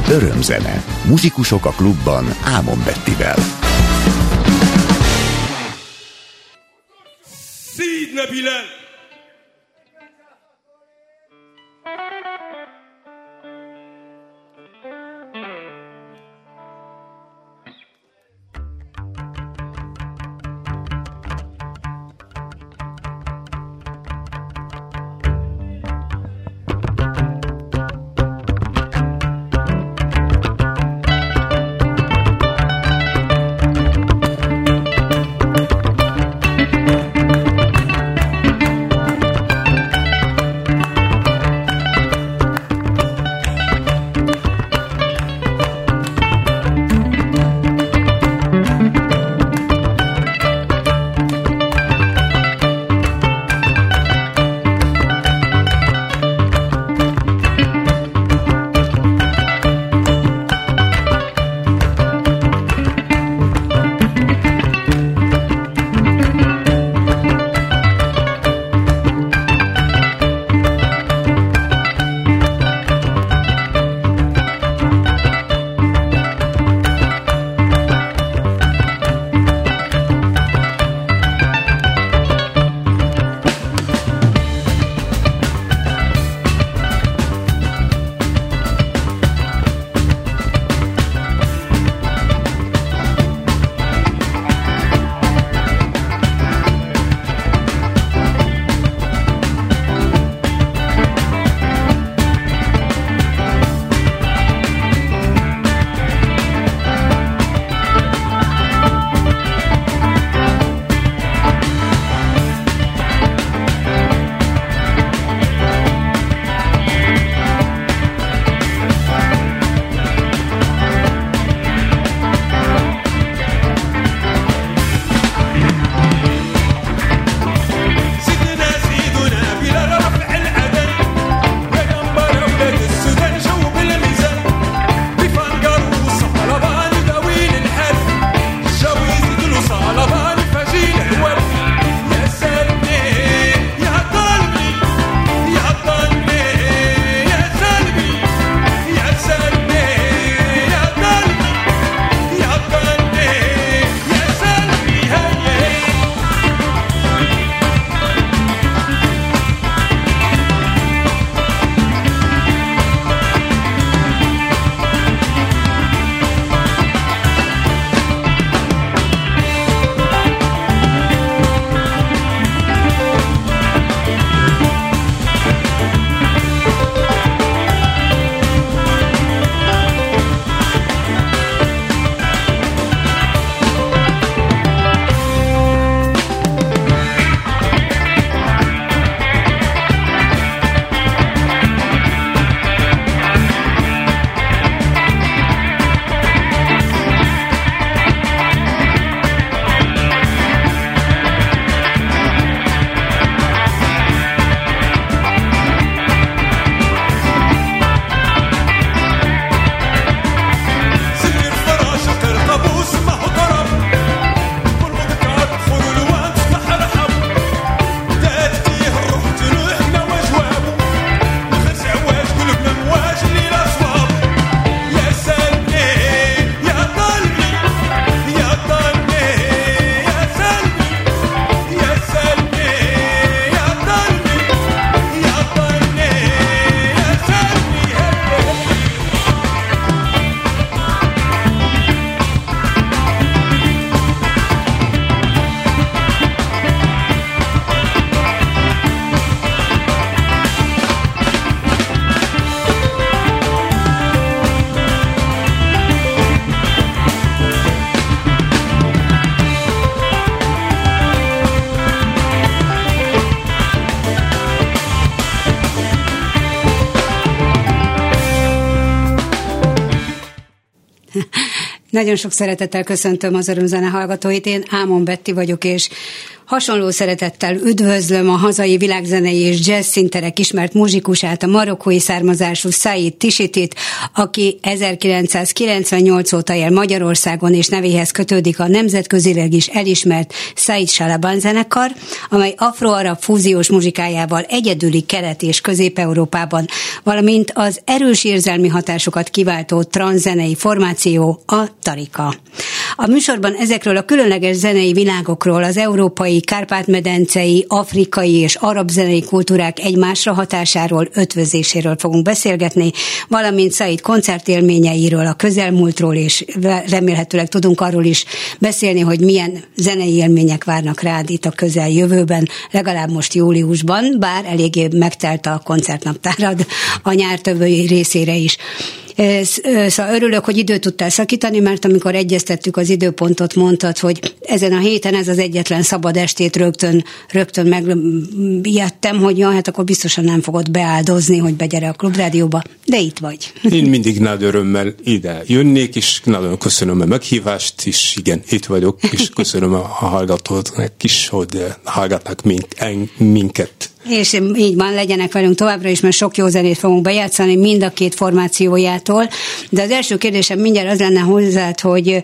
Örömzene. Muzsikusok a klubban Ámon Bettivel. Szídne Bilal! Nagyon sok szeretettel köszöntöm az Örömzene hallgatóit, én Ámon Betti vagyok, és Hasonló szeretettel üdvözlöm a hazai világzenei és jazz szinterek ismert muzsikusát, a marokkói származású Said Tishitit, aki 1998 óta él Magyarországon, és nevéhez kötődik a nemzetközileg is elismert Said Shalaban zenekar, amely afro-arab fúziós muzsikájával egyedüli Kelet- és Közép-Európában, valamint az erős érzelmi hatásokat kiváltó transzzenei formáció, a Tarika. A műsorban ezekről a különleges zenei világokról, az európai, kárpát-medencei, afrikai és arab zenei kultúrák egymásra hatásáról, ötvözéséről fogunk beszélgetni, valamint Said koncertélményeiről, a közelmúltról, és remélhetőleg tudunk arról is beszélni, hogy milyen zenei élmények várnak rád itt a közeljövőben, legalább most júliusban, bár eléggé megtelt a koncertnaptárad a nyár többi részére is. Szóval örülök, hogy időt tudtál szakítani, mert amikor egyeztettük az időpontot, mondtad, hogy ezen a héten ez az egyetlen szabad estét rögtön megijedtem, hogy ja, hát akkor biztosan nem fogod beáldozni, hogy begyere a Klubrádióba, de itt vagy. Én mindig nagy örömmel ide jönnék, és nagyon köszönöm a meghívást, és igen, itt vagyok, és köszönöm a hallgatóknak is, hogy hallgatnak minket. És így van, legyenek velünk továbbra is, mert sok jó zenét fogunk bejátszani mind a két formációjától. De az első kérdésem mindjárt az lenne hozzád, hogy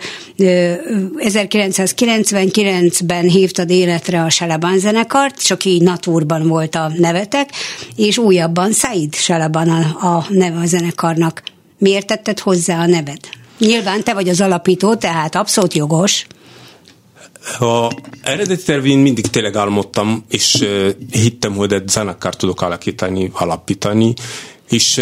1999-ben hívtad életre a Shalaban zenekart, csak így Naturban volt a nevetek, és újabban Said Shalaban a neve a zenekarnak. Miért tetted hozzá a neved? Nyilván te vagy az alapító, tehát abszolút jogos. A eredeti tervén mindig tényleg álmodtam, és hittem, hogy egy zenekart tudok alapítani, és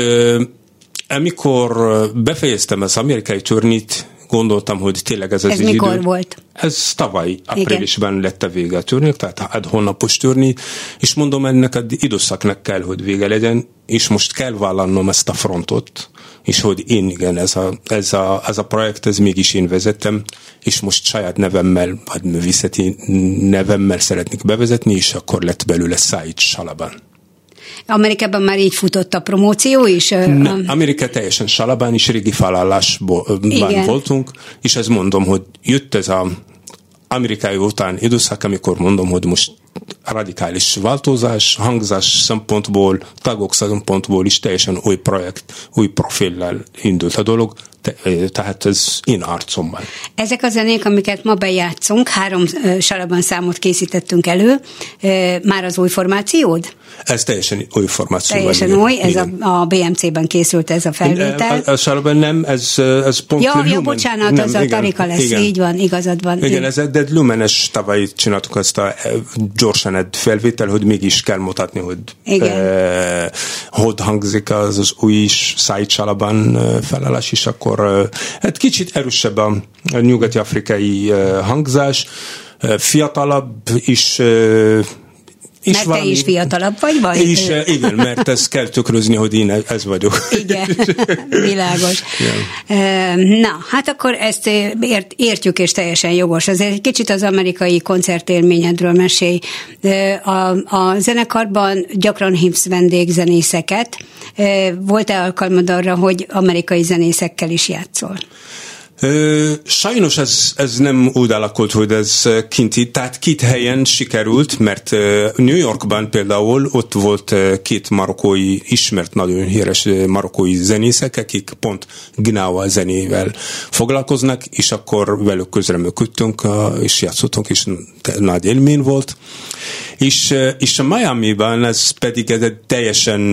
amikor befejeztem az amerikai turnét, gondoltam, hogy tényleg ez az mikor idő. Volt? Ez tavaly, áprilisban lett a vége a turnék, tehát egy hónapos turné, és mondom, ennek az időszaknak kell, hogy vége legyen, és most kell vállalnom ezt a frontot, és hogy én igen, ez a projekt, ez mégis én vezettem, és most saját nevemmel, vagy művészeti nevemmel szeretnék bevezetni, és akkor lett belőle Said Shalaban. Amerikában már így futott a promóció is? Amerika teljesen Shalaban is, régi felállásban voltunk, és ezt mondom, hogy jött ez az amerikai után időszak, amikor mondom, hogy most radikális változás, hangzás szempontból, tagok szempontból is teljesen új projekt, új profillel indult a dolog, tehát ez én arcomban. Ezek a zenék, amiket ma bejátszunk, 3 Shalaban számot készítettünk elő, már az új formációd? Ez teljesen új formáció. Teljesen új, ez a BMC-ben készült ez a felvétel. A Shalaban nem, ez pont Ja, bocsánat, nem, az a Tarika lesz, igen. Így van, igazad van. Igen, ez egy Lumenes tavaly csináltuk ezt a gyorsan egy felvétel, hogy mégis kell mutatni, hogy hogy hangzik az új Said Shalaban felállás, és akkor egy kicsit erősebb a nyugati afrikai hangzás, fiatalabb is. Mert te is fiatalabb vagy? És, igen, mert ezt kell tükrözni, hogy én ez vagyok. Igen, világos. Yeah. Na, hát akkor ezt értjük, és teljesen jogos. Azért egy kicsit az amerikai koncertélményedről mesélj. A zenekarban gyakran hívsz vendégzenészeket. Volt-e alkalmad arra, hogy amerikai zenészekkel is játszol? Sajnos ez nem úgy alakult, hogy ez tehát 2 helyen sikerült, mert New Yorkban például ott volt 2 marokkói, ismert, nagyon híres marokkói zenészek, akik pont gnawa zenével foglalkoznak, és akkor velük közreműködtünk, és játszottunk, és nagy élmény volt. És a Miami-ban ez pedig egy teljesen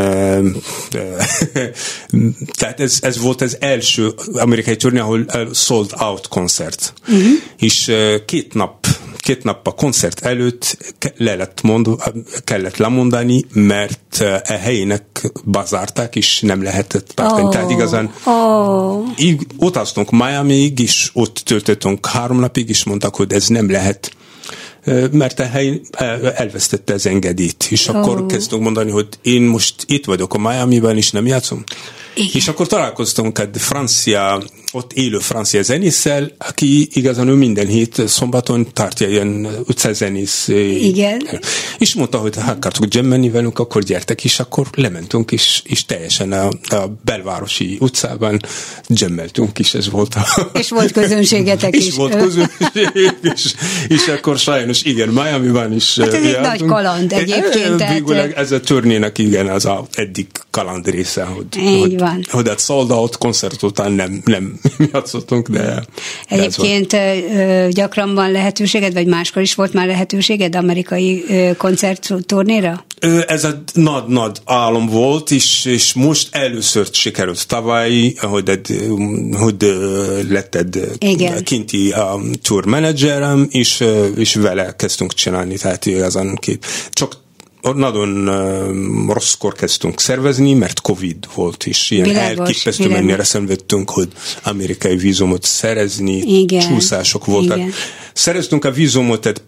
tehát ez volt az első amerikai turné, ahol sold out koncert. És 2 nap a koncert előtt kellett lemondani, mert a helyének bazárták, és nem lehetett tartani. Tehát igazán így utaztunk Miami-ig, és ott töltöttünk 3 napig, és mondtak, hogy ez nem lehet, mert a hely elvesztette az engedélyt, és akkor kezdtünk mondani, hogy én most itt vagyok a Miami-ben, és nem játszom. Igen. És akkor találkoztunk egy francia ott élő francia zenésszel, aki igazán ő minden hét szombaton tartja ilyen utcazenész. Igen. És mondta, hogy ha akartok jammelni velünk, akkor gyertek is, akkor lementünk is, és teljesen a belvárosi utcában jammeltünk is, ez volt és volt közönségetek is. És volt közönség, és akkor sajnos igen, Miami-ban is. Hát ez egy nagy kaland egyébként. Végüleg ez a turnénak igen, az a eddig kaland része, hogy a sold out koncert után nem játszottunk, de egyébként gyakran van lehetőséged, vagy máskor is volt már lehetőséged amerikai koncertturnéra? Ez egy nagy álom volt, és most először sikerült tavaly, hogy lett kinti tour managerem, és vele kezdtünk csinálni, tehát igazán csak nagyon rosszkor kezdtünk szervezni, mert Covid volt, és ilyen elképesztő mennyire szenvedtünk, hogy amerikai vízumot szerezni, csúszások voltak. Igen. Szereztünk a vízumot egy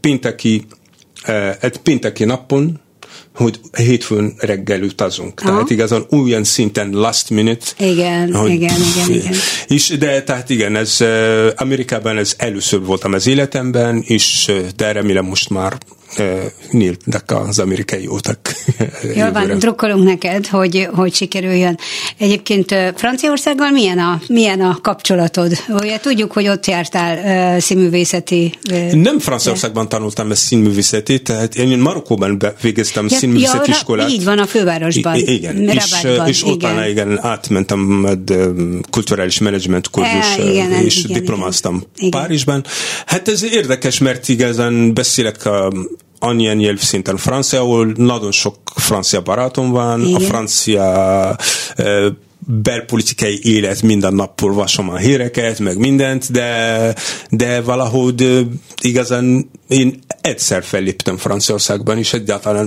pénteki napon, hogy hétfőn reggel utazunk. Tehát igazán olyan szinten last minute. Igen. És de tehát igen, ez Amerikában ez először voltam az életemben, és de remélem most már nyíltak az amerikai utak. Jól van, drukkolunk neked, hogy sikerüljön. Egyébként Franciaországgal milyen a kapcsolatod? Ugye tudjuk, hogy ott jártál színművészeti... Nem Franciaországban tanultam ezt színművészeti, tehát én Marokkóban végeztem színművészeti iskolát. Így van, a fővárosban. Igen, és utána átmentem egy kulturális menedzsment kurzus, és diplomáztam Párizsban. Hát ez érdekes, mert igazán beszélek annyian nyelvszinten franciául, nagyon sok francia barátom van, igen. A francia belpolitikai élet minden nap olvasom a híreket, meg mindent, de valahogy igazán én egyszer felléptem Franciaországban, és egyáltalán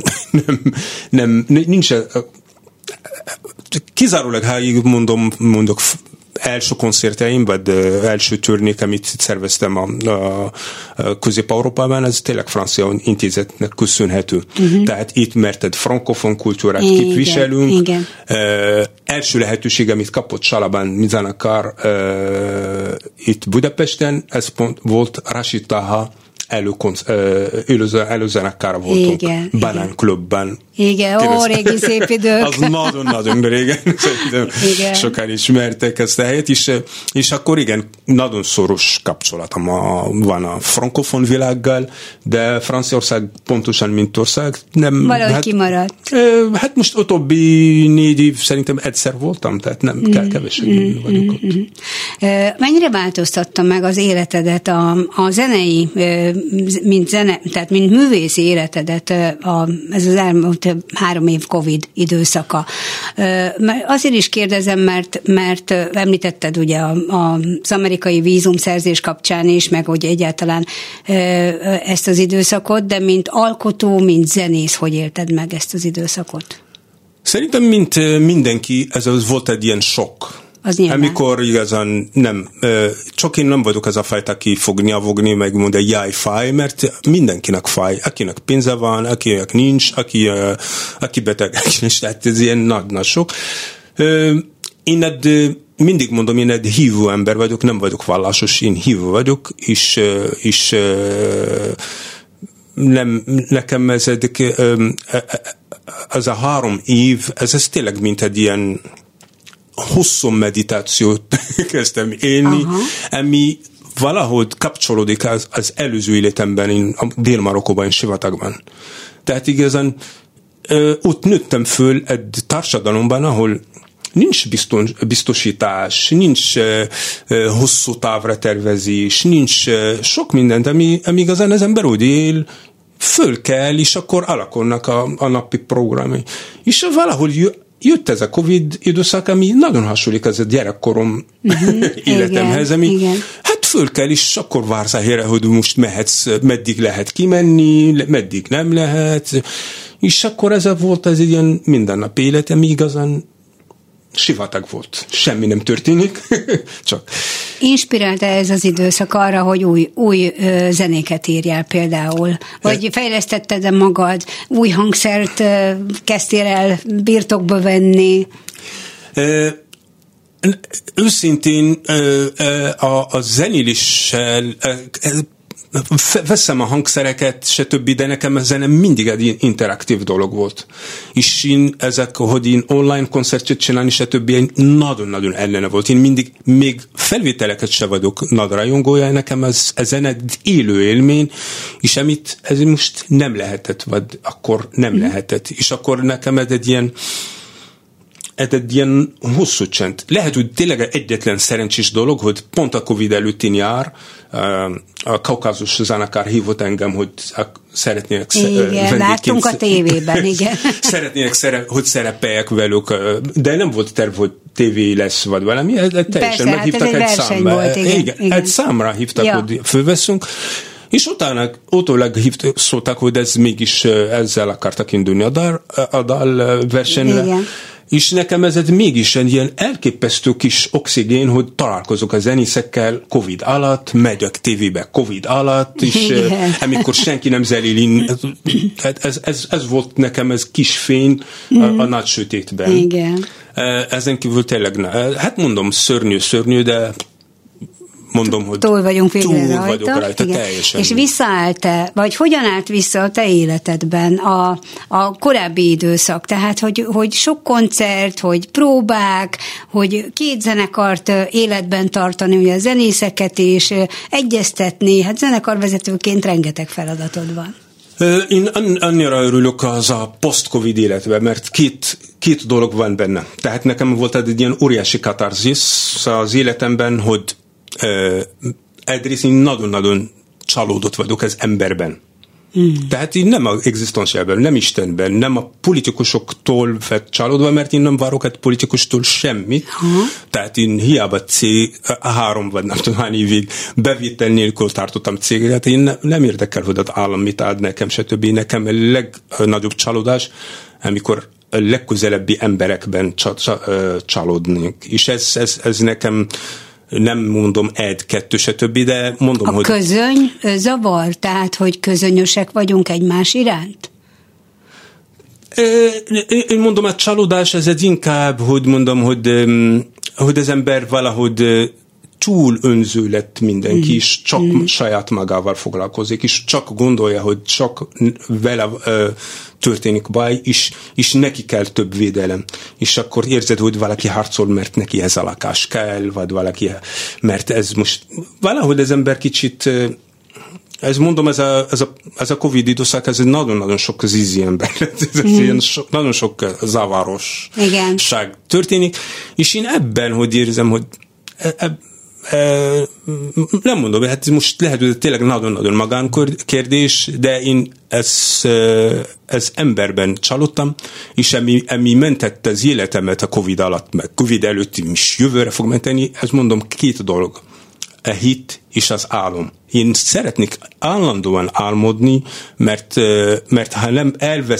nincs kizárólag, ha így mondok első koncertjeim, vagy első turnék, amit szerveztem a Közép-Európában, ez tényleg francia intézetnek köszönhető. Tehát itt mert frankofon kultúrát képviselünk. Igen. Első lehetőség, amit kapott Salabán zenekar itt Budapesten, ez pont volt Rashid Taha előzenekára voltunk. Banán Clubban. Igen, régi szép idők. Az nagyon-nagyon régen. Szerintem sokan ismertek ezt a helyet, és akkor igen, nagyon szoros kapcsolatom van a frankofon világgal, de Franciaország pontosan, mint ország, nem... Valahogy kimaradt. Hát most utóbbi 4 év szerintem egyszer voltam, tehát nem kell kevesen vagyok ott. Mennyire változtatta meg az életedet, a zenei, tehát mint művészi életedet ez az elmúlt 3 év Covid időszaka? Azért is kérdezem, mert említetted ugye az amerikai vízumszerzés kapcsán is, meg hogy egyáltalán ezt az időszakot, de mint alkotó, mint zenész, hogy élted meg ezt az időszakot? Szerintem, mint mindenki, ez volt egy ilyen sok. Amikor igazán csak én nem vagyok az a fajta, aki fog nyavogni, meg mondja, jaj, fáj, mert mindenkinek fáj. Akinek pénze van, akinek nincs, aki beteg, tehát ez ilyen nagy sok. Én mindig mondom, én egy hívó ember vagyok, nem vagyok vallásos, én hívó vagyok, és nekem ez a 3 év, ez tényleg mint egy ilyen hosszú meditációt kezdtem élni, ami valahogy kapcsolódik az előző életemben, Dél-Marokkóban, Sivatagban. Tehát igazán ott nőttem föl egy társadalomban, ahol nincs biztosítás, nincs hosszú távra tervezés, nincs sok mindent, ami igazán az ember úgy él, föl kell, és akkor alakulnak a napi programai. És valahol jött ez a Covid időszak, ami nagyon hasonlít az a gyerekkorom életemhez, ami hát föl kell, és akkor vársz a helyre, hogy most mehetsz, meddig lehet kimenni, meddig nem lehet, és akkor ez volt az ilyen mindennap élet, ami igazán sivatag volt. Semmi nem történik, csak... Inspirálta ez az időszak arra, hogy új zenéket írjál például? Vagy fejlesztetted-e magad? Új hangszert kezdtél el birtokba venni? őszintén a zenéléssel veszem a hangszereket, stb., de nekem a zene mindig egy interaktív dolog volt. És hogy én online koncertet csinálni, stb., nagyon-nagyon ellene volt. Én mindig, még felvételeket se vagyok nagy rajongója, nekem ez zene egy élő élmény, és amit ez most nem lehetett, vagy akkor nem lehetett. És akkor nekem ez egy ilyen hosszú csend. Lehet, hogy tényleg egyetlen szerencsés dolog, hogy pont a Covid előtti nyár a Kaukázus zenekar hívott engem, hogy szeretnének igen, láttunk a tévében, igen. Szeretnének, hogy szerepeljek velük, de nem volt terv, hogy tévé lesz, vagy valami, teljesen persze, meghívtak hát egy számra. Volt, igen. Egy számra hívtak, hogy fölveszünk, és utólag szóltak, hogy ez mégis ezzel akartak indulni a dal versenyre. Igen. És nekem ez mégis egy ilyen elképesztő kis oxigén, hogy találkozok a zenészekkel Covid alatt, megyek tévébe Covid alatt, és amikor senki nem zelil, ez volt nekem ez kis fény a nagy sötétben. Igen. Ezen kívül tényleg, hát mondom, szörnyű, de mondom, hogy túl vagyunk rajta teljesen. És visszaállt-e, vagy hogyan állt vissza a te életedben a korábbi időszak? Tehát, hogy sok koncert, hogy próbák, hogy két zenekart életben tartani, ugye a zenészeket is egyeztetni, hát zenekarvezetőként rengeteg feladatod van. Én annyira örülök az a post-Covid életben, mert két dolog van benne. Tehát nekem volt egy ilyen óriási katarzis az életemben, hogy egyrészt én nagyon-nagyon csalódott vagyok az emberben. Tehát én nem az egzisztenciában, nem Istenben, nem a politikusoktól vett csalódva, mert én nem várok egy politikustól semmit. Tehát én hiába cég, 3 vagy nem tudom hány évig bevétel nélkül tartottam céget, én nem érdekel, hogy az állam mit ad nekem, stb. Nekem a legnagyobb csalódás, amikor a legközelebbi emberekben csalódnék. És ez nekem nem mondom 1, 2, stb., de mondom, hogy... A közöny zavar? Tehát, hogy közönyösek vagyunk egymás iránt? Én mondom, a csalódás ez inkább, hogy mondom, hogy az ember valahogy túl önző lett mindenki, és csak saját magával foglalkozik, és csak gondolja, hogy csak vele történik baj, és neki kell több védelem. És akkor érzed, hogy valaki harcol, mert neki ez a lakás kell, vagy valaki, mert ez most valahogy az ember kicsit, ez mondom, ez a Covid időszak, ez nagyon-nagyon sok az ízi ember. Nagyon sok zavarosság történik, és én ebben, hogy érzem, hogy nem mondom, hát most lehet, hogy tényleg nagyon-nagyon magánkérdés, de én ez emberben csalódtam, és ami mentette az életemet a Covid alatt, meg Covid előtt is jövőre fog menteni, ez mondom 2 dolog. A hit és az álom. Én szeretnék állandóan álmodni, mert ha nem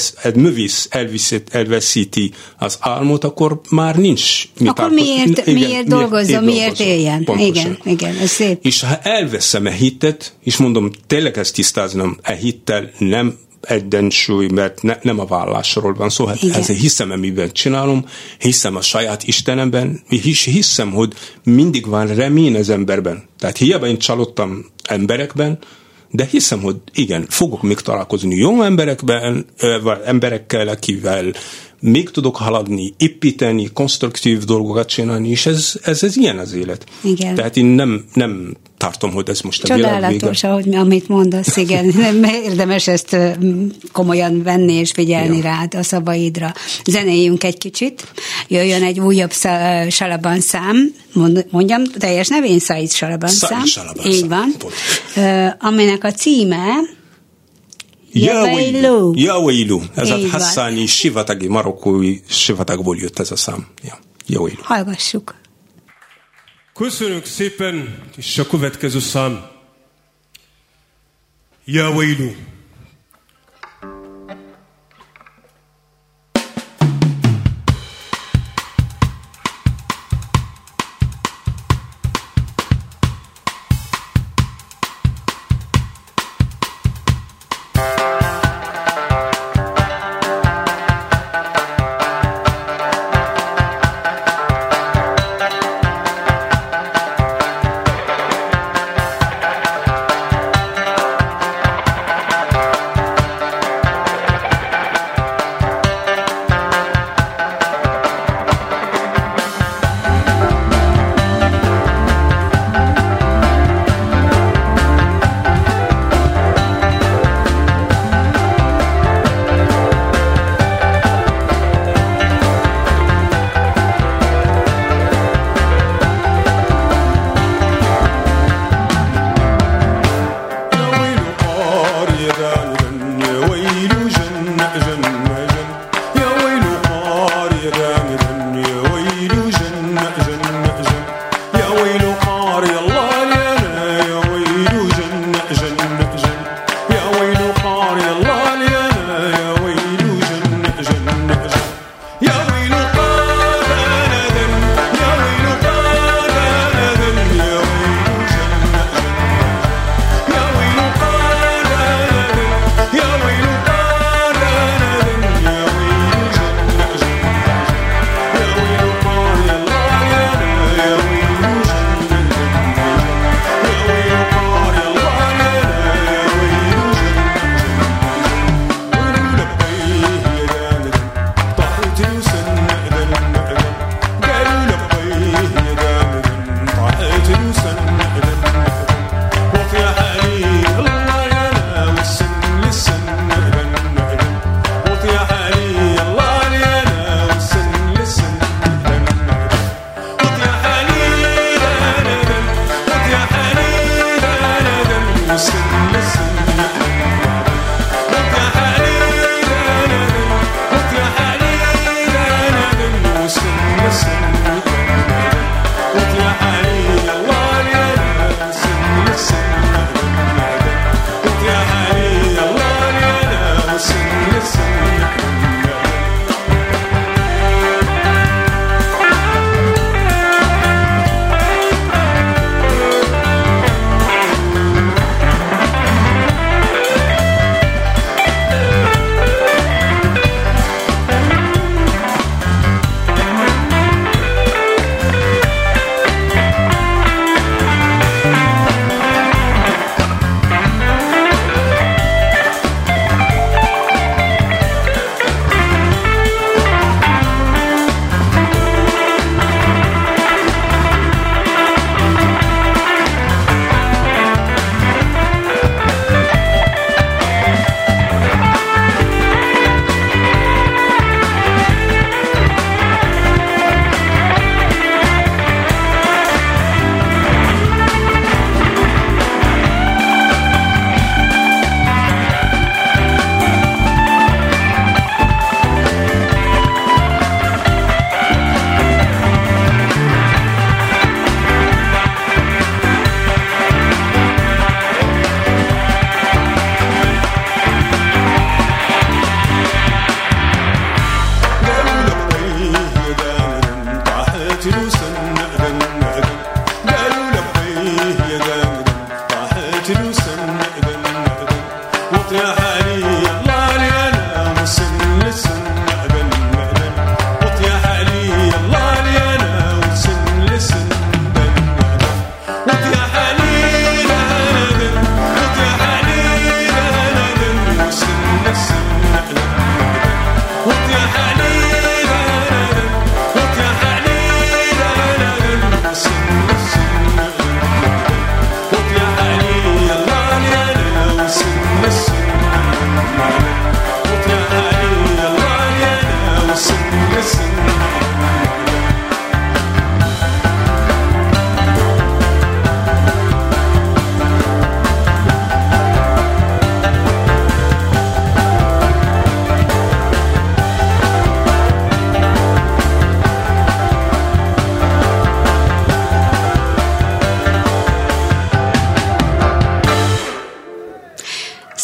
elveszíti az álmot, akkor már nincs mit akkor miért dolgozzon, miért éljen? Igen, ez szép. És ha elveszem a hitet, és mondom, tényleg ezt tisztáznom, a hittel nem egyensúly, mert nem a vállásról van szó, hát ezért hiszem, amiben csinálom, hiszem a saját Istenemben, és hiszem, hogy mindig van remény az emberben. Tehát hiába én csalódtam emberekben, de hiszem, hogy igen, fogok még találkozni jó emberekkel, akivel még tudok haladni, építeni, konstruktív dolgokat csinálni, és ez ilyen az élet. Igen. Tehát én nem tartom, hogy ez most a világ vége. Csodálatos, amit mondasz, igen. Érdemes ezt komolyan venni és figyelni rád, a szavaidra. Zenéljünk egy kicsit, jöjjön egy újabb Salaban szám, mondjam, teljes nevén Said Salaban szám. Így van. Aminek a címe Ja Wailu. Ez a hasszáni sivatagi, marokkói sivatagból jött ez a szám. Ja Wailu. Hallgassuk. Köszönjük szépen, és a következő szám. Ja Wailu.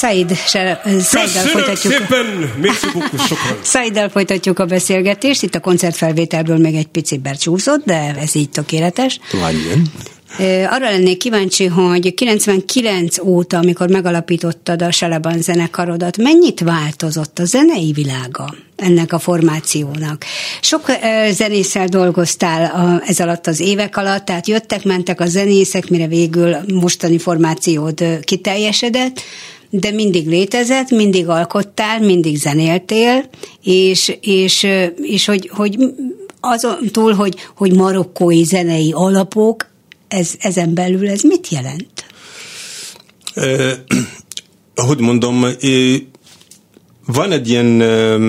Szaiddal folytatjuk. Szépen! Szaiddal folytatjuk a beszélgetést. Itt a koncertfelvételből még egy picit becsúszott, de ez így tökéletes. Arra lennék kíváncsi, hogy 99 óta, amikor megalapítottad a Seleban zenekarodat, mennyit változott a zenei világa ennek a formációnak? Sok zenésszel dolgoztál ez alatt az évek alatt, tehát jöttek-mentek a zenészek, mire végül mostani formációd kiteljesedett, de mindig létezett, mindig alkottál, mindig zenéltél, és hogy azon túl, hogy marokkói zenei alapok, ezen belül ez mit jelent? Hogy mondom, van egy ilyen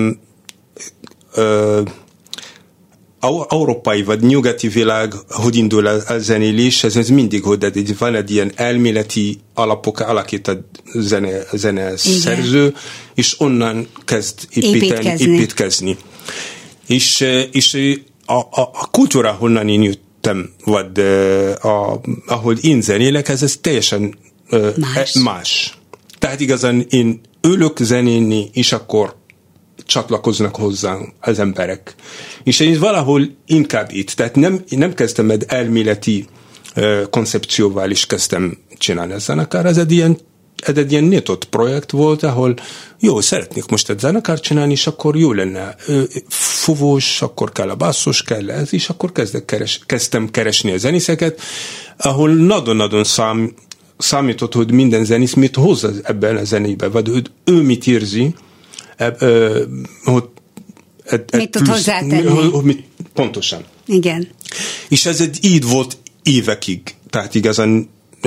európai vagy nyugati világ, hogy indul a zenélés, ez mindig, hogy van egy ilyen elméleti alapok alakít a zene szerző, és onnan kezd építkezni. És a kultúra, honnan én jöttem, vagy ahogy én zenélek, ez teljesen más. Tehát igazán én ülök zenélni, és akkor csatlakoznak hozzám az emberek. És én valahol inkább itt. Tehát nem kezdtem egy elméleti koncepcióval is kezdtem csinálni a zenekar. Ez egy ilyen nyitott projekt volt, ahol jó, szeretnék most egy zenekar csinálni, és akkor jó lenne fuvós, akkor kell a basszus, kell ez, és akkor kezdtem keresni a zenészeket, ahol nagyon-nagyon számított, hogy minden zenész mit hoz ebben a zenébe, vagy ő mit érzi, hogy mit tud hozzátenni. Pontosan. Igen. És ez így volt évekig, tehát igazán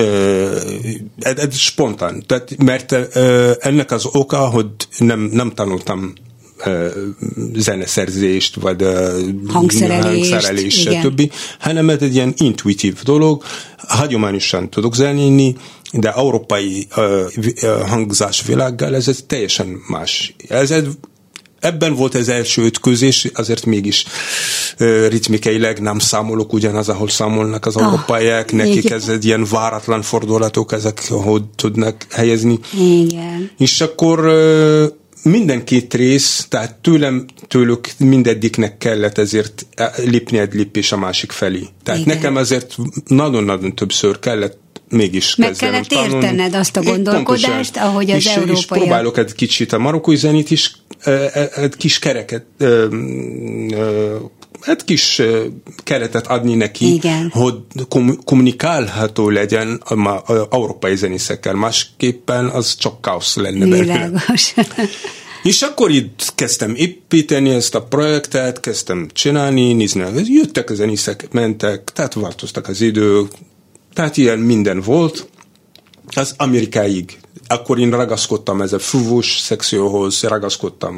ez spontán, tehát, mert ennek az oka, hogy nem tanultam zeneszerzést, vagy hangszerelést, stb., hanem ez egy ilyen intuitív dolog, hagyományosan tudok zenélni, de európai hangzásvilággal ez teljesen más. Ebben volt az első ütközés, azért mégis ritmikailag nem számolok ugyanaz, ahol számolnak az európaiak, nekik ez egy ilyen váratlan fordulatok, ezek hogy tudnak helyezni. Igen. És akkor minden két rész, tehát tőlük mindegyiknek kellett ezért lépni egy lépés a másik felé. Tehát igen. Nekem azért nagyon-nagyon többször kellett mégis meg kellett értened azt a gondolkodást, ahogy az európaiak. És próbálok egy kicsit a marokkói zenét is, egy kis kereket, egy kis keretet adni neki, igen. Hogy kommunikálható legyen az európai zenészekkel. Másképpen az csak káosz lenne belőle. És akkor itt kezdtem építeni ezt a projektet, kezdtem csinálni, nézni, jöttek a zenészek, mentek, tehát változtak az idők, tehát ilyen minden volt, az Amerikáig. Akkor én ragaszkodtam ez a fúvós szekcióhoz, ragaszkodtam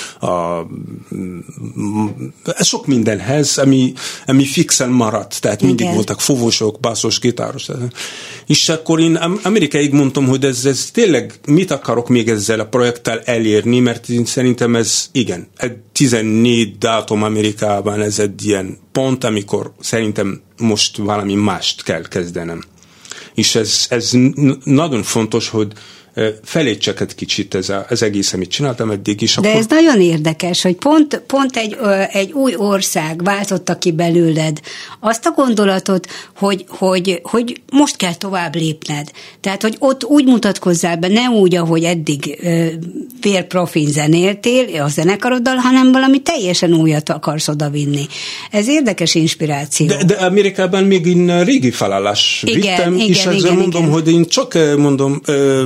sok mindenhez, ami fixen maradt, tehát mindig igen. Voltak fúvósok, basszos, gitáros. És akkor én Amerikáig mondtam, hogy ez tényleg mit akarok még ezzel a projekttel elérni, mert én szerintem ez igen, 14 dátum Amerikában ez egy ilyen pont, amikor szerintem most valami mást kell kezdenem. És ez nagyon fontos, hogy felejtsek egy kicsit ez egész, amit csináltam eddig is. De ez nagyon érdekes, hogy pont egy új ország váltotta ki belőled azt a gondolatot, hogy most kell tovább lépned. Tehát, hogy ott úgy mutatkozzál be, ne úgy, ahogy eddig vérprofin zenéltél a zenekaroddal, hanem valami teljesen újat akarsz odavinni. Ez érdekes inspiráció. De Amerikában még én régi felállás vittem, és ezzel mondom, hogy én csak mondom,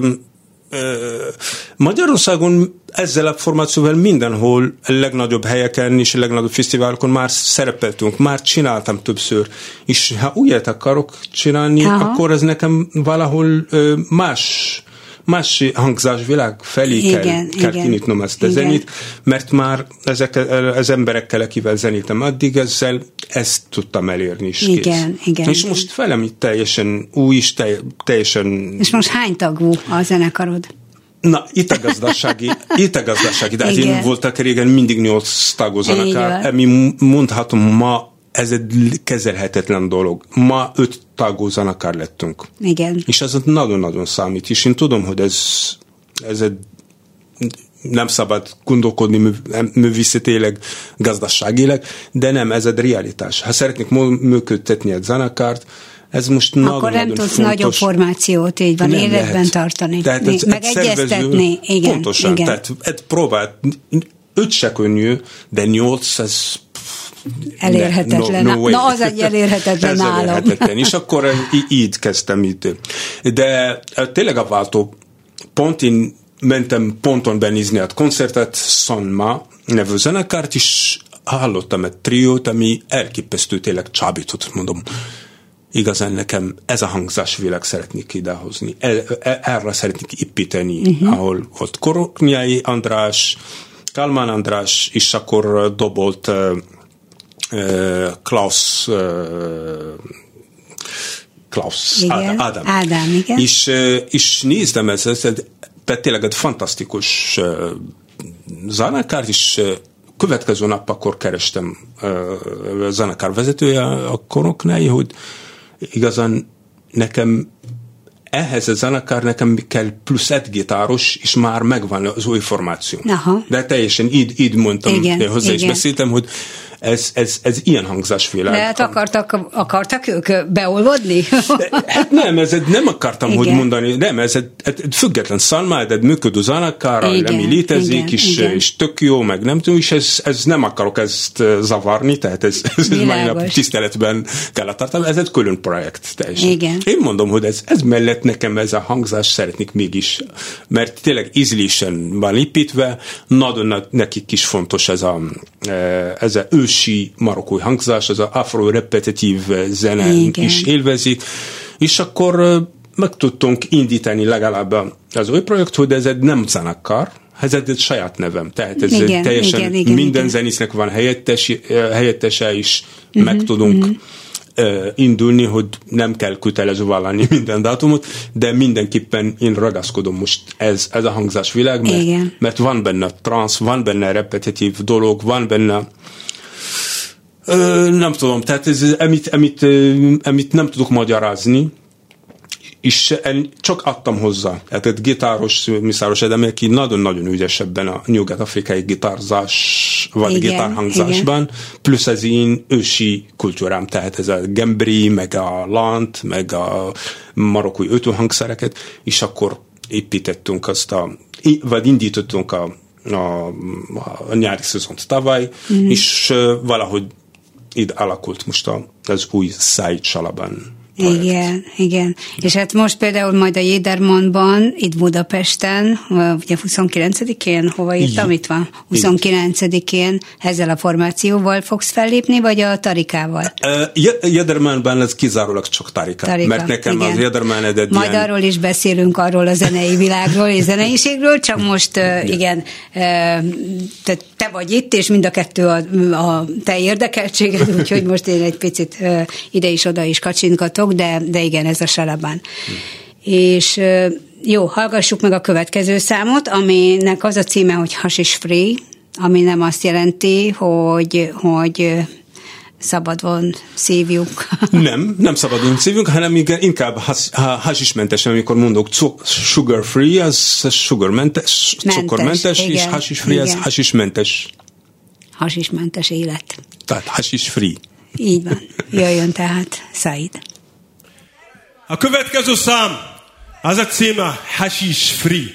Magyarországon ezzel a formációval mindenhol a legnagyobb helyeken és a legnagyobb fesztiválokon már szerepeltünk, már csináltam többször, és ha újat akarok csinálni, akkor ez nekem valahol más hangzásvilág felé kell kinyitnom ezt a zenét, mert már ezek az emberekkel, akivel zenéltem addig, ezt tudtam elérni is. Igen. És most velem itt teljesen új is, teljesen... És most hány tagú a zenekarod? Na, itt a gazdasági, de én voltak régen mindig 8 tagú zenekar, ami mondhatom ma ez egy kezelhetetlen dolog. Ma 5 tagú zenekar lettünk. Igen. És ez nagyon-nagyon számít, és én tudom, hogy ez egy nem szabad gondolkodni művészetileg, gazdaságileg, de nem, ez egy realitás. Ha szeretnék működtetni egy zenekart, ez most akkor nem tudsz nagyobb formációt így van életben tartani. Meg egyeztetni. Igen, pontosan, igen. Tehát próbált, 5 se könnyű, de 8 ez elérhetetlen. Na, az egy elérhetetlen állam. Elérhetetlen. És akkor így kezdtem itt. De tényleg a váltó pont, én mentem ponton benézni a koncertet, Sanma nevű zenekárt, és hallottam egy triót, ami elképesztő, tényleg csábított, mondom. Igazán nekem ez a hangzásvilág szeretnék idehozni. Erre szeretnék építeni, ahol ott Koroknyai András, Kálmán András, és akkor dobolt Klaus Ádám, igen. És néztem ezt, tényleg egy fantasztikus zenekár, és következő nap akkor kerestem zenekár vezetője a Koroknyai, hogy igazán nekem ehhez a zenekár nekem kell plusz egy gitáros, és már megvan az új formáció. Aha. De teljesen így mondtam, igen, hozzá is beszéltem, hogy ez ilyen hangzásvilág. De hát akartak ők beolvodni? Hát nem akartam, igen, hogy mondani, nem, ez egy független szalma, egy működő zenekárral, ami létezik, és tök jó, meg nem tudom, és ez nem akarok ezt zavarni, tehát ez már tiszteletben kell tartani, ez egy külön projekt teljesen. Igen. Én mondom, hogy ez mellett nekem ez a hangzás szeretnék mégis, mert tényleg ízlésen van építve, nagyon nekik is fontos ez a ősi marokkói hangzás, az afro-repetitív zene is élvezik, és akkor meg tudtunk indítani legalább az új projekt, hogy ez egy nem zenekar, ez egy saját nevem, tehát ez teljesen minden zenésznek van helyettese is, meg tudunk indulni, hogy nem kell kötelező vállalni minden dátumot, de mindenképpen én ragaszkodom most ez a hangzásvilág, mert van benne trance, van benne repetitív dolog, van benne nem tudom, tehát ez, amit nem tudok magyarázni, és csak adtam hozzá. Tehát egy gitáros, Mészáros Edem, aki nagyon-nagyon ügyes ebben a nyugat-afrikai gitárzás, vagy gitárhangzásban, plusz az én ősi kultúrám, tehát ez a gembri, meg a lant, meg a marokkói ötőhangszereket, és akkor építettünk vagy indítottunk a nyári szezont tavaly, és valahogy így alakult most az új Said Shalaban. Igen. És hát most például majd a Jedermannban, itt Budapesten, ugye 29-én, hova írtam? Itt van. 29-én ezzel a formációval fogsz fellépni, vagy a Tarikával? Jedermannban ez kizárólag csak Tarika. Mert nekem az Jedermann egy majd ilyen... arról is beszélünk, arról a zenei világról és zeneiségről, csak most te vagy itt, és mind a kettő a te érdekeltséged, úgyhogy most én egy picit ide is oda is kacsingatok, de igen, ez a Shalaban. És jó, hallgassuk meg a következő számot, aminek az a címe, hogy Hashish Free, ami nem azt jelenti, hogy szabadon szívjuk. Nem szabadon szívjuk, hanem inkább hasismentes, amikor mondok sugar free, az sugarmentes, cukormentes, és hashish free, az hasismentes. Hasismentes élet. Tehát hashish free. Így van. Jöjjön tehát Said. A következő szám, az a címe Hashish Free.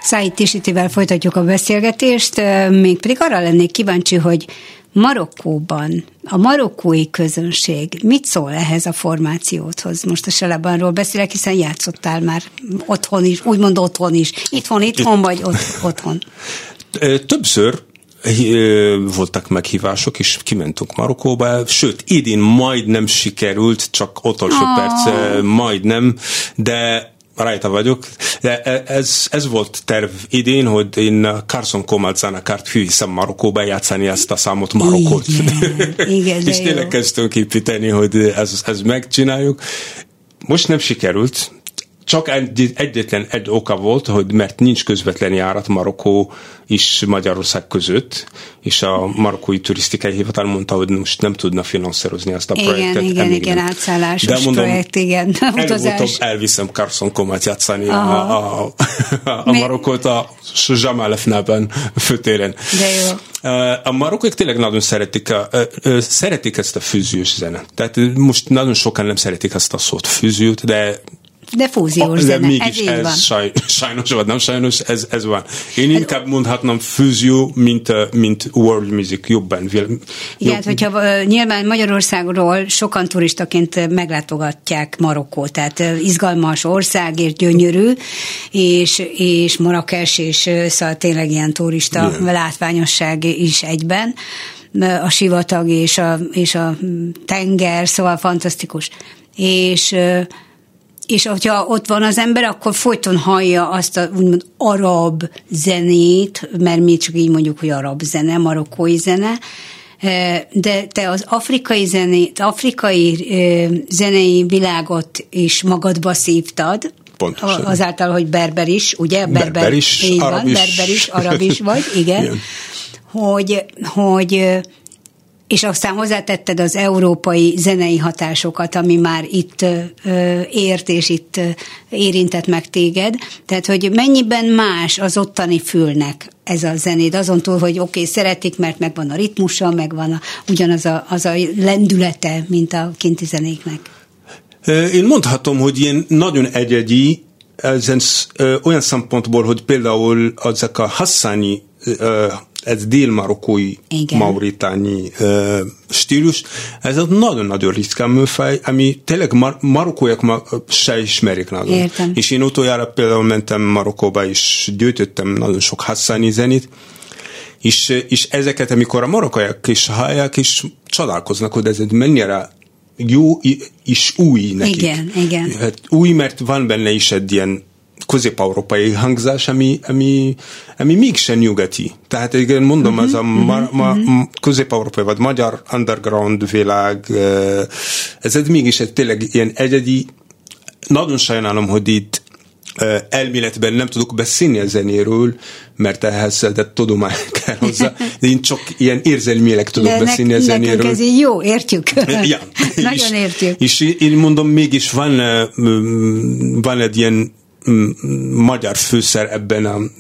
Said Tishitivel folytatjuk a beszélgetést, mégpedig arra lennék kíváncsi, hogy Marokkóban a marokkói közönség mit szól ehhez a formációhoz? Most a Selebanról beszélek, hiszen játszottál már otthon is, úgymond otthon is. Itthon vagy otthon? Többször voltak meghívások, és kimentünk Marokkóba, sőt, idén majdnem sikerült, csak utolsó perc majdnem, de rajta vagyok. De ez volt terv idén, hogy én Carson Comal zenekart fűviszem Marokkóba játszani ezt a számot Marokkót. Igen, és tényleg kezdtünk építeni, hogy ez megcsináljuk. Most nem sikerült, csak egyetlen egy oka volt, hogy mert nincs közvetlen járat Marokkó és Magyarország között, és a marokkói turisztikai hivatal mondta, hogy most nem tudna finanszírozni ezt a projektet. Igen, átszállásos projekt, igen. Előbb-utóbb elviszem Carson Comat játszani a Marokkót a Jamal Efnában főtéren. De jó. A marokkóik tényleg nagyon szeretik ezt a fűziós zenét. Tehát most nagyon sokan nem szeretik ezt a szót fűziót, de fúziós zene, mégis ez sajnos vagy nem sajnos, ez van. Én inkább mondhatnám fúzió, mint world music, jobban. Igen, hogyha nyilván Magyarországról sokan turistaként meglátogatják Marokkót, tehát izgalmas ország, és gyönyörű, és Marrakes, és szóval tényleg ilyen turista látványosság is egyben. A sivatag és a tenger, szóval fantasztikus. És hogyha ott van az ember, akkor folyton hallja azt a úgymond arab zenét, mert mi csak így mondjuk, hogy arab zene, marokkói zene, de te az afrikai zenei világot is magadba szívtad, pontosan. Azáltal, hogy berber is, ugye? Berber is, arab is vagy, igen. Hogy és aztán hozzátetted az európai zenei hatásokat, ami már itt ért, és itt érintett meg téged. Tehát, hogy mennyiben más az ottani fülnek ez a zenéd, azon túl, hogy oké, szeretik, mert megvan a ritmusa, megvan ugyanaz a lendülete, mint a kinti zenéknek. Én mondhatom, hogy ilyen nagyon egyedi, olyan szempontból, hogy például ezek a hasszányi ez dél-marokkói, mauritáni stílus, ez egy nagyon-nagyon ritkán műfaj, ami tényleg marokkóiak se ismerik nagyon. Értem. És én utoljára például mentem Marokkóba, és gyűjtöttem nagyon sok hasszányi zenét, és ezeket, amikor a marokkóiak is hallják, és csodálkoznak, hogy ez mennyire jó és új nekik. Igen. Hát új, mert van benne is egy ilyen közép-európai hangzás, ami mégsem nyugati. Tehát igen, mondom, ez a közép-európai vagy magyar underground világ, ez mégis egy tényleg ilyen egyedi. Nagyon sajnálom, hogy itt elméletben nem tudok beszélni a zenéről, mert ehhez de tudomány kell hozzá. De én csak ilyen érzelmileg tudok beszélni a zenéről. Nekünk ez így jó, értjük. Ja. Nagyon értjük. És én mondom, mégis van egy ilyen magyar főszer ebben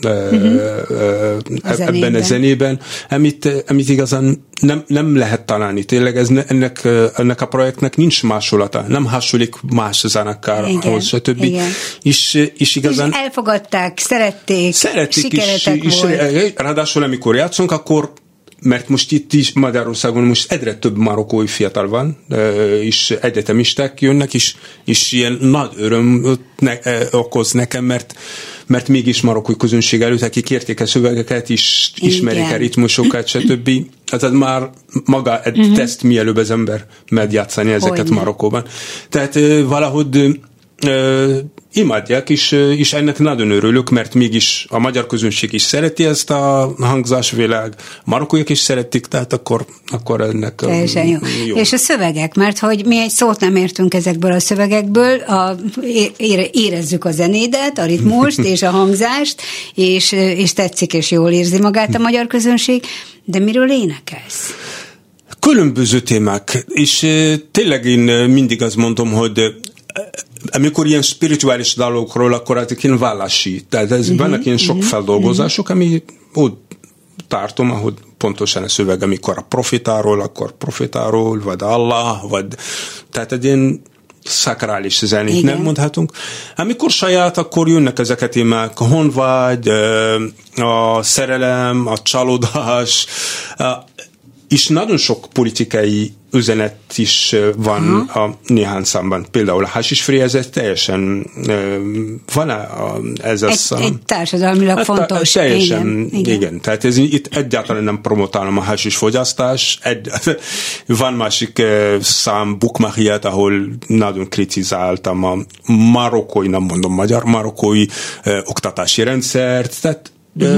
a zenében, amit igazán nem lehet találni. Tényleg ennek a projektnek nincs másolata, nem hasonlik más zenekárhoz, stb. És igazán... És elfogadták, szerették sikeretek is, volt. Ráadásul amikor játszunk, akkor mert most itt is Magyarországon most egyre több marokkói fiatal van, és egyetemisták jönnek, és ilyen nagy öröm okoz nekem, mert mégis marokkói közönség előtt, akik érték a szövegeket, és ismerik a ritmusokat, stb. Tehát már maga egy teszt, mielőbb az ember megjátszani ezeket Marokkóban. Tehát valahogy imádják, és ennek nagyon örülök, mert mégis a magyar közönség is szereti ezt a hangzásvilág, marokkóiak is szeretik, tehát akkor ennek teljesen jó. És a szövegek, mert hogy mi egy szót nem értünk ezekből a szövegekből, érezzük a zenédet, a ritmust és a hangzást, és tetszik, és jól érzi magát a magyar közönség, de miről énekelsz? Különböző témák, és tényleg én mindig azt mondom, hogy amikor ilyen spirituális dalokról, akkor ezek ilyen vallási. Tehát vannak ilyen sok feldolgozások, ami úgy tartom, ahogy pontosan a szöveg, amikor a profitáról, akkor profitáról, vagy Allah, vagy... Tehát egy ilyen szakrális zenét nem mondhatunk. Amikor saját, akkor jönnek ezek a témák, a honvágy, a szerelem, a csalódás, és nagyon sok politikai üzenet is van a néhány számban. Például a Hashish Free, ez teljesen van ez a szám. Egy társadalmilag fontos. Teljesen, igen. Tehát itt egyáltalán nem promotálom a hashish fogyasztás. Van másik szám, Bukmahiet, ahol nagyon kritizáltam a marokkói, nem mondom magyar, marokkói oktatási rendszert. Tehát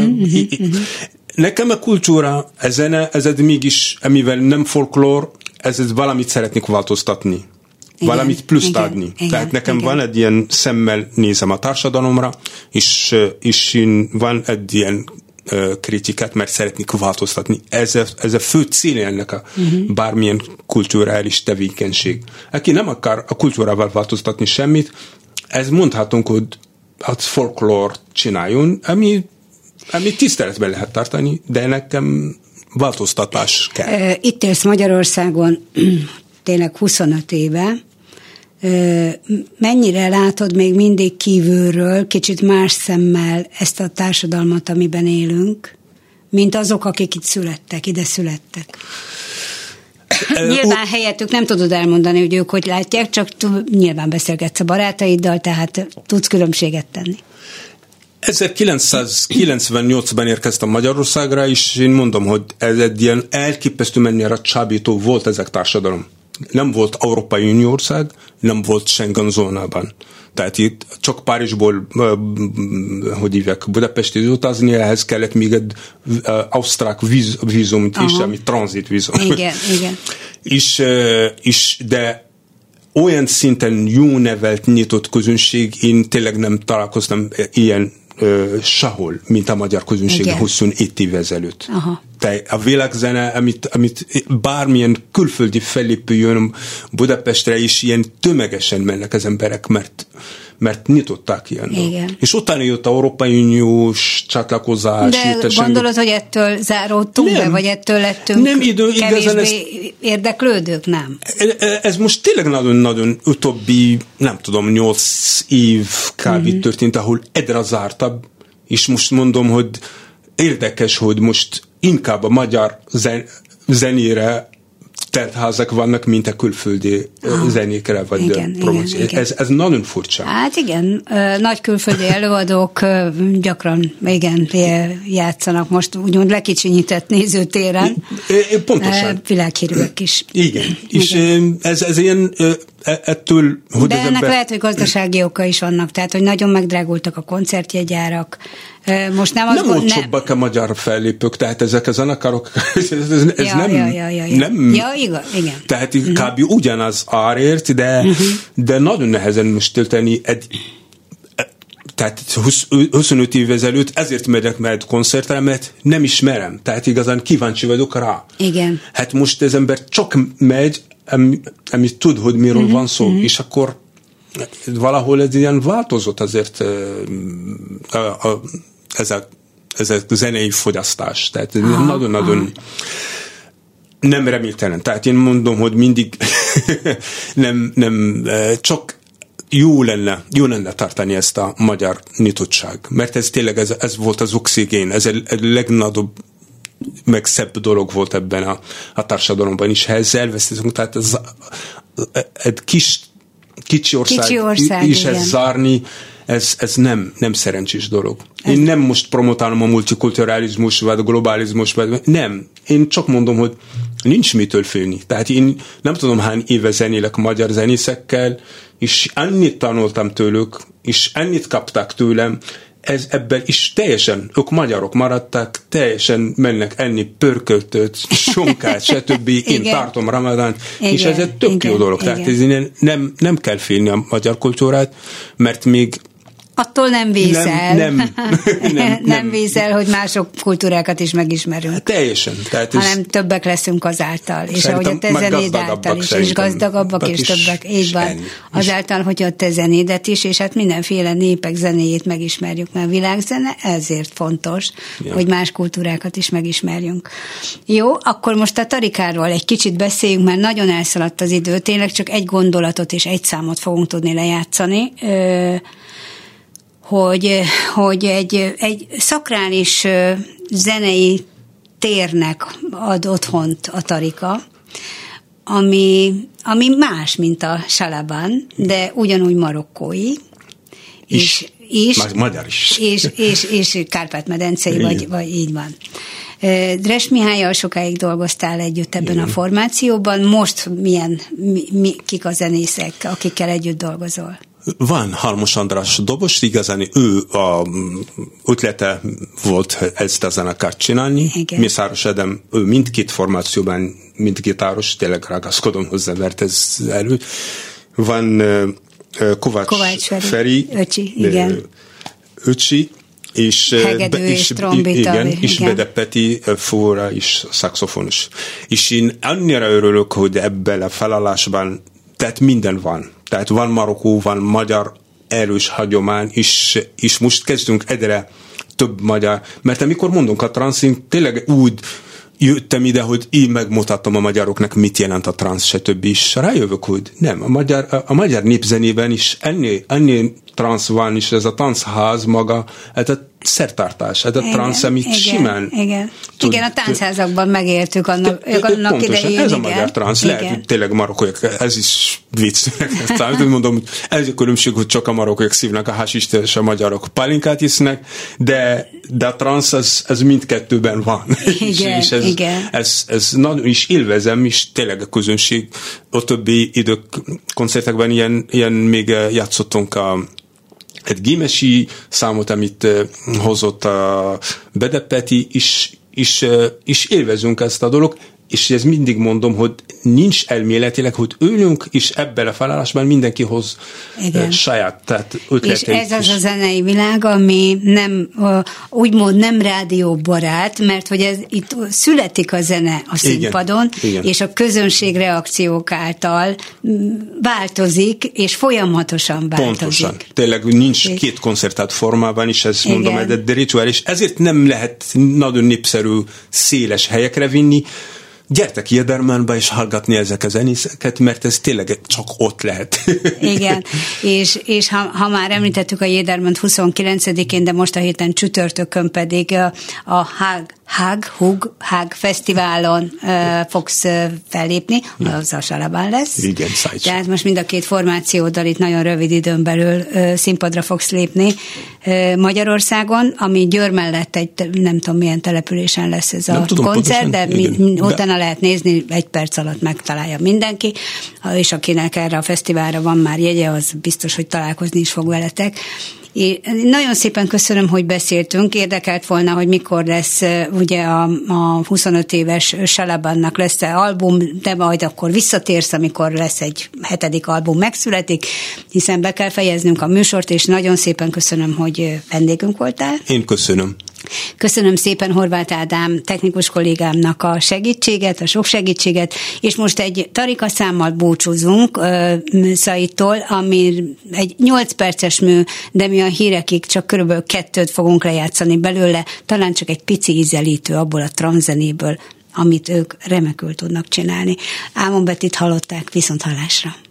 nekem a kultúra, a zene, ez mégis, amivel nem folklór, ez valamit szeretnék változtatni. Igen, valamit pluszt adni. Tehát nekem van egy ilyen szemmel nézem a társadalomra, és van egy ilyen kritikát, mert szeretnék változtatni. Ez a fő cél ennek a bármilyen kulturális tevékenység. Aki nem akar a kultúrával változtatni semmit, ez mondhatunk, hogy hát folklórt csináljon, ami tiszteletben lehet tartani, de nekem változtatás kell. Itt élsz Magyarországon tényleg 25 éve. Mennyire látod még mindig kívülről, kicsit más szemmel ezt a társadalmat, amiben élünk, mint azok, akik itt születtek, ide születtek? Nyilván helyettük nem tudod elmondani, hogy ők hogy látják, csak nyilván beszélgetsz a barátaiddal, tehát tudsz különbséget tenni. 1998-ban érkeztem Magyarországra, és én mondom, hogy ez egy ilyen elképesztő mennyire csábító volt ezek társadalom. Nem volt Európai Unió ország, nem volt Schengen zónában. Tehát itt csak Párizsból, hogy hívják, Budapestig utazni, ehhez kellett még egy ausztrák vízum is, ami tranzitvízum. Igen. És de olyan szinten jó nevelt, nyitott közönség, én tényleg nem találkoztam ilyen sehol, mint a magyar közönség 27 év ezelőtt. Tehát a világzene, amit bármilyen külföldi fellépő jön Budapestre, és ilyen tömegesen mennek az emberek, mert nyitották ilyen. Igen. És utána jött a Európai Uniós csatlakozás. De gondolod, hogy ettől záródtunk be, vagy ettől lettünk kevésbé érdeklődők? Nem. Ez most tényleg nagyon-nagyon utóbbi, nem tudom, 8 év kb. Történt, ahol egyre zártabb, és most mondom, hogy érdekes, hogy most inkább a magyar zenére telt házak vannak, mint a külföldi zenékre, vagy promóció. Ez nagyon furcsa. Hát igen, nagy külföldi előadók gyakran játszanak most úgymond lekicsinyített nézőtéren. Pontosan. Világhírűek is. Igen. És ez ilyen ettől, hogy de ennek lehet, hogy gazdasági oka is vannak, tehát, hogy nagyon megdrágultak a koncertjegyárak. Most nem olcsóbbak a magyar fellépők, tehát ezek a zenekarok, ez nem... Ja, igaz, igen. Tehát kb. Ugyanaz árért, de nagyon nehezen most tölteni tehát 25 év ezelőtt ezért megyek meg koncertre, mert nem ismerem. Tehát igazán kíváncsi vagyok rá. Igen. Hát most az ember csak megy, amit tud, hogy miről van szó, és akkor valahol ez ilyen változott azért ez a zenei fogyasztás. Tehát nagyon-nagyon nem reméltelen. Tehát én mondom, hogy mindig nem csak jó lenne tartani ezt a magyar nyitottság. Mert ez tényleg ez volt az oxigén, ez a legnagyobb meg szebb dolog volt ebben a társadalomban is. Ha ezzel elvesztünk, tehát egy kicsi ország is ezt zárni, ez nem szerencsés dolog. Én nem most promotálom a multikulturalizmus, vagy a globalizmus, nem. Én csak mondom, hogy nincs mitől félni. Tehát én nem tudom, hány éve zenélek magyar zenészekkel, és annyit tanultam tőlük, és annyit kaptak tőlem, ebben is teljesen, ők magyarok maradtak, teljesen mennek enni pörköltöt, sonkát, stb. Én tartom Ramadánt, és ez egy tök jó dolog. Tehát nem kell félni a magyar kultúrát, mert még attól nem vészel. Nem vészel, hogy mások kultúrákat is megismerünk. Teljesen. Hanem többek leszünk azáltal. És ahogy a te zenéd által is, és gazdagabbak, és többek. Így van. Azáltal, hogy a te zenédet is, és hát mindenféle népek zenéjét megismerjük, mert a világzene ezért fontos, hogy más kultúrákat is megismerjünk. Jó, akkor most a Tarikáról egy kicsit beszéljünk, mert nagyon elszaladt az idő. Tényleg csak egy gondolatot és egy számot fogunk tudni lejátszani. Hogy egy szakrális zenei térnek ad otthont a Tarika, ami más, mint a Salaban, de ugyanúgy marokkói, és magyar is. És Kárpát-medencei, vagy így van. Dres Mihállyal sokáig dolgoztál együtt ebben a formációban, most kik a zenészek, akikkel együtt dolgozol? Van Halmos András dobos, igazán ő ötlete volt ezt a zenekart csinálni. Mészáros Edem, ő mindkét formációban, mindgitáros, tényleg ragaszkodom hozzá, mert ez elő. Van Kovács Feri, öcsi, és hegedű és trombita. És Bede Peti, fóra és szaxofonos. És én annyira örülök, hogy ebben a felállásban tehát minden van. Tehát van Marokkó, van magyar erős hagyomány, és most kezdünk egyre több magyar. Mert amikor mondunk a transz, én tényleg úgy jöttem ide, hogy én megmutattam a magyaroknak, mit jelent a transz, stb. És rájövök, hogy nem, a magyar népzenében is ennél transz van, és ez a táncház maga, ez a szertartás, ez a transz, amit simán... Igen, a táncházakban megéltük annak idején. Ez a magyar transz, lehet, tényleg marokkóiak, ez is viccnek számít, mondom, ez a különbség, hogy csak a marokkóiak szívnak a hasist, és a magyarok pálinkát isznek, de a transz, ez mindkettőben van. Igen, ez nagyon is élvezem, és tényleg a közönség, a többi idők koncertekben ilyen még játszottunk egy gémesi számot, amit hozott a Bede Peti, és élvezünk ezt a dolog, és ez mindig mondom, hogy nincs elméletileg, hogy ülünk, és ebben a felállásban mindenki hoz saját, tehát ötleteit. És ez az a zenei világ, ami nem, úgymond nem rádióbarát, mert hogy itt születik a zene a színpadon, Igen. és a közönség reakciók által változik, és folyamatosan változik. Pontosan. Tényleg nincs két koncertát formában is, ezt mondom, de rituális. Ezért nem lehet nagyon népszerű, széles helyekre vinni. Gyertek Jedermannba és hallgatni ezek a zenészeket, mert ez tényleg csak ott lehet. Igen, és ha már említettük a Jedermannt 29-én, de most a héten csütörtökön pedig a Hag Fesztiválon fogsz fellépni, az a Salabán lesz. Igen, tehát most mind a két formációddal itt nagyon rövid időn belül színpadra fogsz lépni Magyarországon, ami Győr mellett egy nem tudom milyen településen lesz ez a koncert, de utána lehet nézni, 1 perc alatt megtalálja mindenki, és akinek erre a fesztiválra van már jegye, az biztos, hogy találkozni is fog veletek. Én nagyon szépen köszönöm, hogy beszéltünk. Érdekelt volna, hogy mikor lesz ugye a 25 éves Salabannak lesz-e album, de majd akkor visszatérsz, amikor lesz egy 7. album megszületik, hiszen be kell fejeznünk a műsort, és nagyon szépen köszönöm, hogy vendégünk voltál. Én köszönöm. Köszönöm szépen Horváth Ádám technikus kollégámnak a segítséget, a sok segítséget, és most egy Tarika számmal búcsúzunk Saidtól, ami egy 8 perces mű, de mi a hírekig csak körülbelül 2 fogunk lejátszani belőle, talán csak egy pici ízelítő abból a transzzenéből, amit ők remekül tudnak csinálni. Ámon Bettit hallották, viszont hallásra.